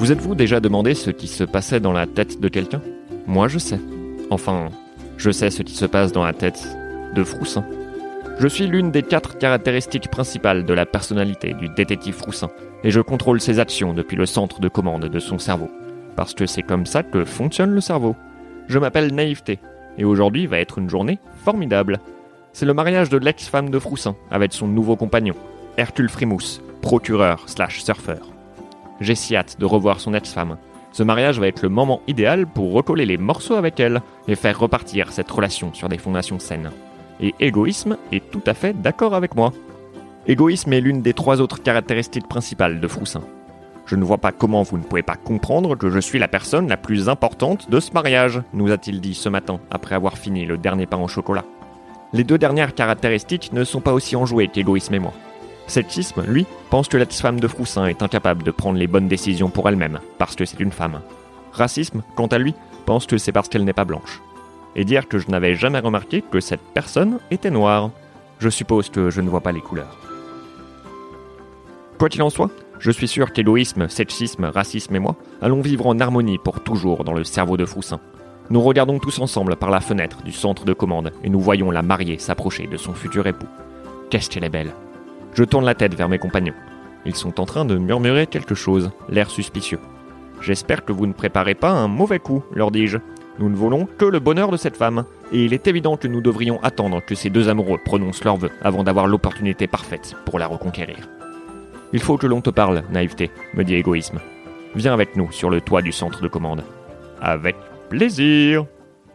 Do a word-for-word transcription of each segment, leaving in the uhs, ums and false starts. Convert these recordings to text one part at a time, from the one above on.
Vous êtes-vous déjà demandé ce qui se passait dans la tête de quelqu'un ? Moi, je sais. Enfin, je sais ce qui se passe dans la tête de Froussin. Je suis l'une des quatre caractéristiques principales de la personnalité du détective Froussin, et je contrôle ses actions depuis le centre de commande de son cerveau. Parce que c'est comme ça que fonctionne le cerveau. Je m'appelle Naïveté, et aujourd'hui va être une journée formidable. C'est le mariage de l'ex-femme de Froussin avec son nouveau compagnon, Hercule Frimousse, procureur slash surfeur. J'ai si hâte de revoir son ex-femme. Ce mariage va être le moment idéal pour recoller les morceaux avec elle et faire repartir cette relation sur des fondations saines. Et Égoïsme est tout à fait d'accord avec moi. Égoïsme est l'une des trois autres caractéristiques principales de Froussin. Je ne vois pas comment vous ne pouvez pas comprendre que je suis la personne la plus importante de ce mariage, nous a-t-il dit ce matin après avoir fini le dernier pain au chocolat. Les deux dernières caractéristiques ne sont pas aussi enjouées qu'Égoïsme et moi. Sexisme, lui, pense que l'ex-femme de Froussin est incapable de prendre les bonnes décisions pour elle-même, parce que c'est une femme. Racisme, quant à lui, pense que c'est parce qu'elle n'est pas blanche. Et dire que je n'avais jamais remarqué que cette personne était noire. Je suppose que je ne vois pas les couleurs. Quoi qu'il en soit, je suis sûr qu'égoïsme, sexisme, racisme et moi allons vivre en harmonie pour toujours dans le cerveau de Froussin. Nous regardons tous ensemble par la fenêtre du centre de commande et nous voyons la mariée s'approcher de son futur époux. Qu'est-ce qu'elle est belle! Je tourne la tête vers mes compagnons. Ils sont en train de murmurer quelque chose, l'air suspicieux. J'espère que vous ne préparez pas un mauvais coup, leur dis-je. Nous ne voulons que le bonheur de cette femme, et il est évident que nous devrions attendre que ces deux amoureux prononcent leurs vœux avant d'avoir l'opportunité parfaite pour la reconquérir. Il faut que l'on te parle, Naïveté, me dit Égoïsme. Viens avec nous sur le toit du centre de commande. Avec plaisir.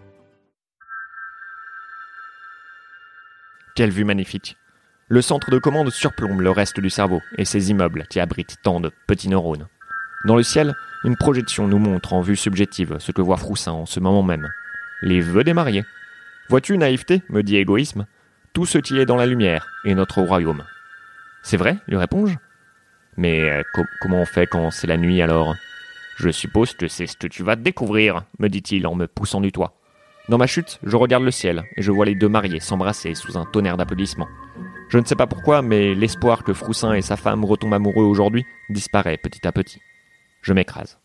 Quelle vue magnifique. Le centre de commande surplombe le reste du cerveau et ses immeubles qui abritent tant de petits neurones. Dans le ciel, une projection nous montre en vue subjective ce que voit Froussin en ce moment même. Les vœux des mariés. Vois-tu, Naïveté, me dit Égoïsme, tout ce qui est dans la lumière est notre royaume. C'est vrai, lui réponds-je. Mais euh, co- comment on fait quand c'est la nuit alors ? Je suppose que c'est ce que tu vas découvrir, me dit-il en me poussant du toit. Dans ma chute, je regarde le ciel et je vois les deux mariés s'embrasser sous un tonnerre d'applaudissements. Je ne sais pas pourquoi, mais l'espoir que Froussin et sa femme retombent amoureux aujourd'hui disparaît petit à petit. Je m'écrase.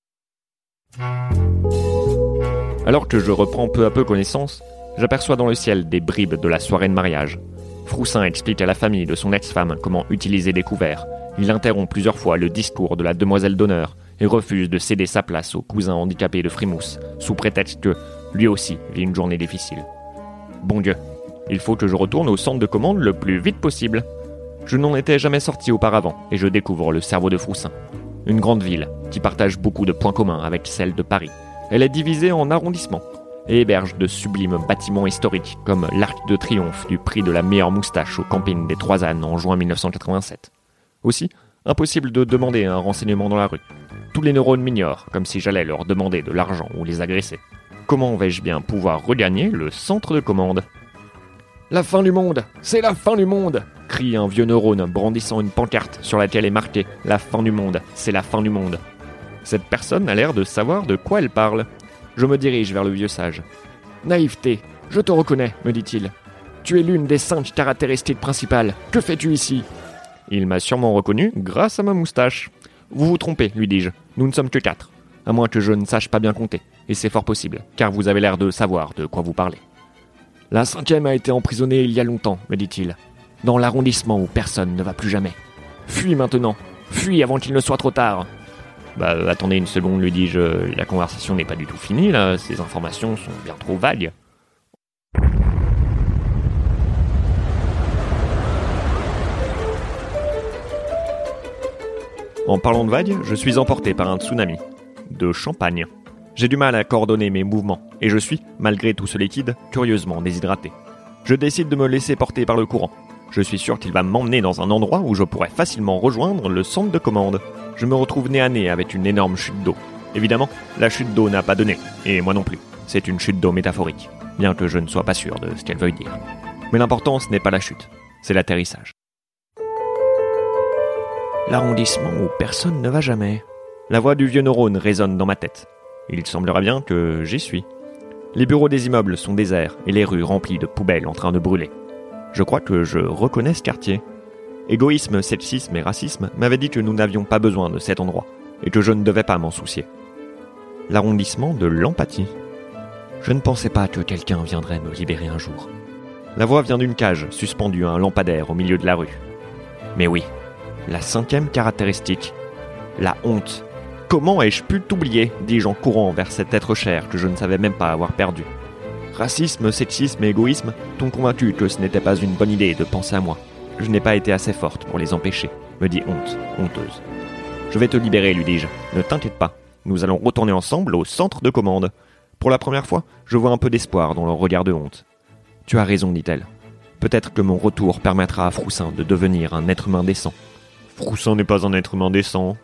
Alors que je reprends peu à peu connaissance, j'aperçois dans le ciel des bribes de la soirée de mariage. Froussin explique à la famille de son ex-femme comment utiliser des couverts. Il interrompt plusieurs fois le discours de la demoiselle d'honneur et refuse de céder sa place au cousin handicapé de Frimousse, sous prétexte que lui aussi vit une journée difficile. Bon Dieu, il faut que je retourne au centre de commande le plus vite possible. Je n'en étais jamais sorti auparavant et je découvre le cerveau de Froussin. Une grande ville qui partage beaucoup de points communs avec celle de Paris. Elle est divisée en arrondissements et héberge de sublimes bâtiments historiques comme l'Arc de Triomphe du prix de la meilleure moustache au camping des Trois Ânes en juin mille neuf cent quatre-vingt-sept. Aussi, impossible de demander un renseignement dans la rue. Tous les neurones m'ignorent, comme si j'allais leur demander de l'argent ou les agresser. Comment vais-je bien pouvoir regagner le centre de commande ? La fin du monde ! C'est la fin du monde ! Crie un vieux neurone brandissant une pancarte sur laquelle est marqué « La fin du monde, c'est la fin du monde ». Cette personne a l'air de savoir de quoi elle parle. Je me dirige vers le vieux sage. « Naïveté, je te reconnais, me dit-il. Tu es l'une des cinq caractéristiques principales. Que fais-tu ici ?» Il m'a sûrement reconnu grâce à ma moustache. « Vous vous trompez, lui dis-je. Nous ne sommes que quatre. À moins que je ne sache pas bien compter. Et c'est fort possible, car vous avez l'air de savoir de quoi vous parlez. »« La cinquième a été emprisonnée il y a longtemps, me dit-il. Dans l'arrondissement où personne ne va plus jamais. Fuis maintenant. Fuis avant qu'il ne soit trop tard. » Bah, euh, attendez une seconde, lui dis-je. La conversation n'est pas du tout finie, là. Ces informations sont bien trop vagues. En parlant de vagues, je suis emporté par un tsunami. De champagne. J'ai du mal à coordonner mes mouvements, et je suis, malgré tout ce liquide, curieusement déshydraté. Je décide de me laisser porter par le courant. Je suis sûr qu'il va m'emmener dans un endroit où je pourrais facilement rejoindre le centre de commande. Je me retrouve nez à nez avec une énorme chute d'eau. Évidemment, la chute d'eau n'a pas de nez, et moi non plus. C'est une chute d'eau métaphorique, bien que je ne sois pas sûr de ce qu'elle veuille dire. Mais l'important, ce n'est pas la chute, c'est l'atterrissage. L'arrondissement où personne ne va jamais. La voix du vieux neurone résonne dans ma tête. Il semblerait bien que j'y suis. Les bureaux des immeubles sont déserts et les rues remplies de poubelles en train de brûler. Je crois que je reconnais ce quartier. Égoïsme, sexisme et racisme m'avaient dit que nous n'avions pas besoin de cet endroit, et que je ne devais pas m'en soucier. L'arrondissement de l'empathie. Je ne pensais pas que quelqu'un viendrait me libérer un jour. La voix vient d'une cage suspendue à un lampadaire au milieu de la rue. Mais oui, la cinquième caractéristique, la honte. Comment ai-je pu t'oublier, dis-je en courant vers cet être cher que je ne savais même pas avoir perdu. Racisme, sexisme et égoïsme t'ont convaincu que ce n'était pas une bonne idée de penser à moi. Je n'ai pas été assez forte pour les empêcher, me dit Honte, honteuse. Je vais te libérer, lui dis-je. Ne t'inquiète pas. Nous allons retourner ensemble au centre de commande. Pour la première fois, je vois un peu d'espoir dans le regard de Honte. Tu as raison, dit-elle. Peut-être que mon retour permettra à Froussin de devenir un être humain décent. Froussin n'est pas un être humain décent.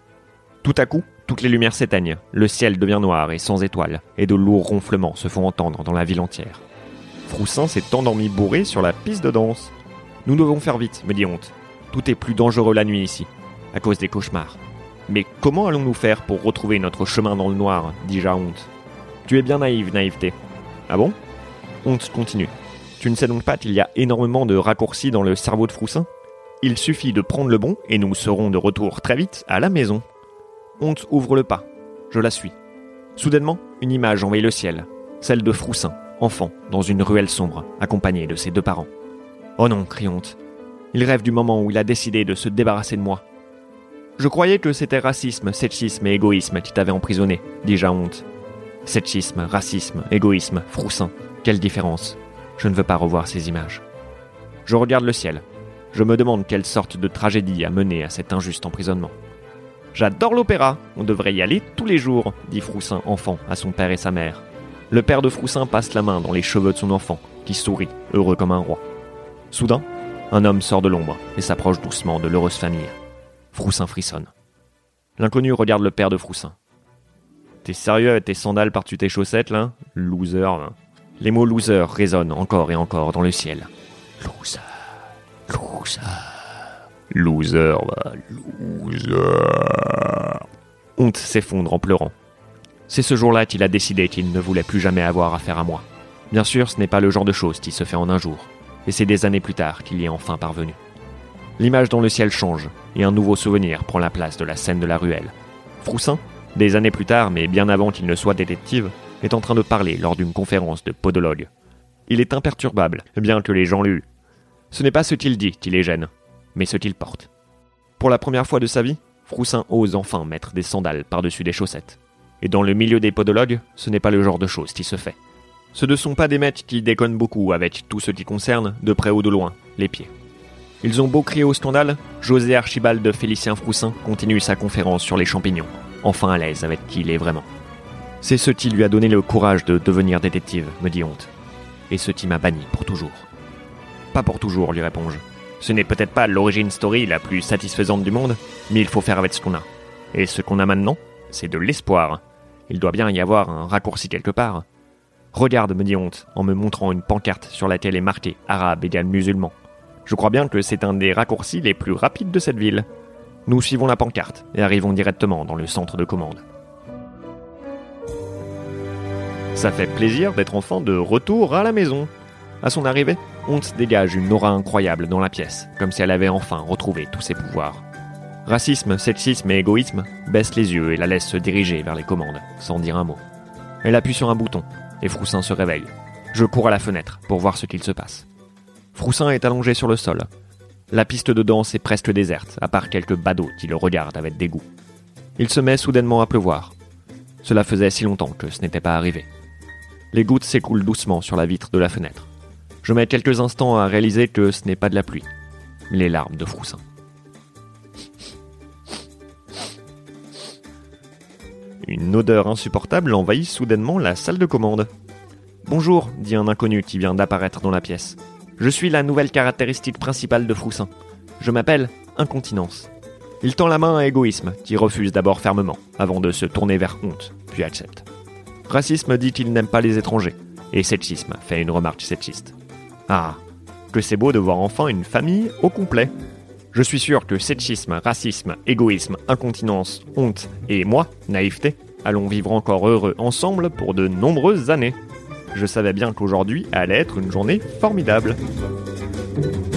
Tout à coup, toutes les lumières s'éteignent, le ciel devient noir et sans étoiles, et de lourds ronflements se font entendre dans la ville entière. Froussin s'est endormi bourré sur la piste de danse. Nous devons faire vite, me dit Honte. Tout est plus dangereux la nuit ici, à cause des cauchemars. Mais comment allons-nous faire pour retrouver notre chemin dans le noir, dis-je à Honte. Tu es bien naïve, naïveté. Ah bon ? Honte continue. Tu ne sais donc pas qu'il y a énormément de raccourcis dans le cerveau de Froussin ? Il suffit de prendre le bon et nous serons de retour très vite à la maison. Honte ouvre le pas. Je la suis. Soudainement, une image envahit le ciel. Celle de Froussin, enfant, dans une ruelle sombre, accompagné de ses deux parents. Oh non, crie Honte. Il rêve du moment où il a décidé de se débarrasser de moi. Je croyais que c'était racisme, sexisme et égoïsme qui t'avaient emprisonné, dis-je à Honte. Sexisme, racisme, égoïsme, Froussin. Quelle différence ? Je ne veux pas revoir ces images. Je regarde le ciel. Je me demande quelle sorte de tragédie a mené à cet injuste emprisonnement. J'adore l'opéra, on devrait y aller tous les jours, dit Froussin enfant à son père et sa mère. Le père de Froussin passe la main dans les cheveux de son enfant, qui sourit, heureux comme un roi. Soudain, un homme sort de l'ombre et s'approche doucement de l'heureuse famille. Froussin frissonne. L'inconnu regarde le père de Froussin. T'es sérieux avec tes sandales par-dessus tes chaussettes, là ? Loser. Là. Les mots loser résonnent encore et encore dans le ciel. Loser. Loser. Loser, bah, loser. Honte s'effondre en pleurant. C'est ce jour-là qu'il a décidé qu'il ne voulait plus jamais avoir affaire à moi. Bien sûr, ce n'est pas le genre de chose qui se fait en un jour. Et c'est des années plus tard qu'il y est enfin parvenu. L'image dans le ciel change, et un nouveau souvenir prend la place de la scène de la ruelle. Froussin, des années plus tard, mais bien avant qu'il ne soit détective, est en train de parler lors d'une conférence de podologue. Il est imperturbable, bien que les gens l'euent. Ce n'est pas ce qu'il dit qui les gêne, mais ce qu'il porte. Pour la première fois de sa vie, Froussin ose enfin mettre des sandales par-dessus des chaussettes. Et dans le milieu des podologues, ce n'est pas le genre de chose qui se fait. Ce ne sont pas des mecs qui déconnent beaucoup avec tout ce qui concerne, de près ou de loin, les pieds. Ils ont beau crier au scandale, José Archibald de Félicien Froussin continue sa conférence sur les champignons, enfin à l'aise avec qui il est vraiment. C'est ce qui lui a donné le courage de devenir détective, me dit Honte. Et ce qui m'a banni pour toujours. Pas pour toujours, lui réponds-je. Ce n'est peut-être pas l'origin story la plus satisfaisante du monde, mais il faut faire avec ce qu'on a. Et ce qu'on a maintenant, c'est de l'espoir. Il doit bien y avoir un raccourci quelque part. Regarde, me dit Honte, en me montrant une pancarte sur laquelle est marqué « Arabe égale musulman ». Je crois bien que c'est un des raccourcis les plus rapides de cette ville. Nous suivons la pancarte et arrivons directement dans le centre de commande. Ça fait plaisir d'être enfin de retour à la maison. À son arrivée, Honte dégage une aura incroyable dans la pièce, comme si elle avait enfin retrouvé tous ses pouvoirs. Racisme, sexisme et égoïsme baissent les yeux et la laissent se diriger vers les commandes, sans dire un mot. Elle appuie sur un bouton, et Froussin se réveille. Je cours à la fenêtre pour voir ce qu'il se passe. Froussin est allongé sur le sol. La piste de danse est presque déserte, à part quelques badauds qui le regardent avec dégoût. Il se met soudainement à pleuvoir. Cela faisait si longtemps que ce n'était pas arrivé. Les gouttes s'écoulent doucement sur la vitre de la fenêtre. Je mets quelques instants à réaliser que ce n'est pas de la pluie. Les larmes de Froussin. Une odeur insupportable envahit soudainement la salle de commande. « Bonjour », dit un inconnu qui vient d'apparaître dans la pièce. « Je suis la nouvelle caractéristique principale de Froussin. Je m'appelle incontinence. » Il tend la main à égoïsme, qui refuse d'abord fermement, avant de se tourner vers honte, puis accepte. Racisme dit qu'il n'aime pas les étrangers, et sexisme fait une remarque sexiste. Ah, que c'est beau de voir enfin une famille au complet. Je suis sûr que sexisme, racisme, égoïsme, incontinence, honte et moi, naïveté, allons vivre encore heureux ensemble pour de nombreuses années. Je savais bien qu'aujourd'hui allait être une journée formidable.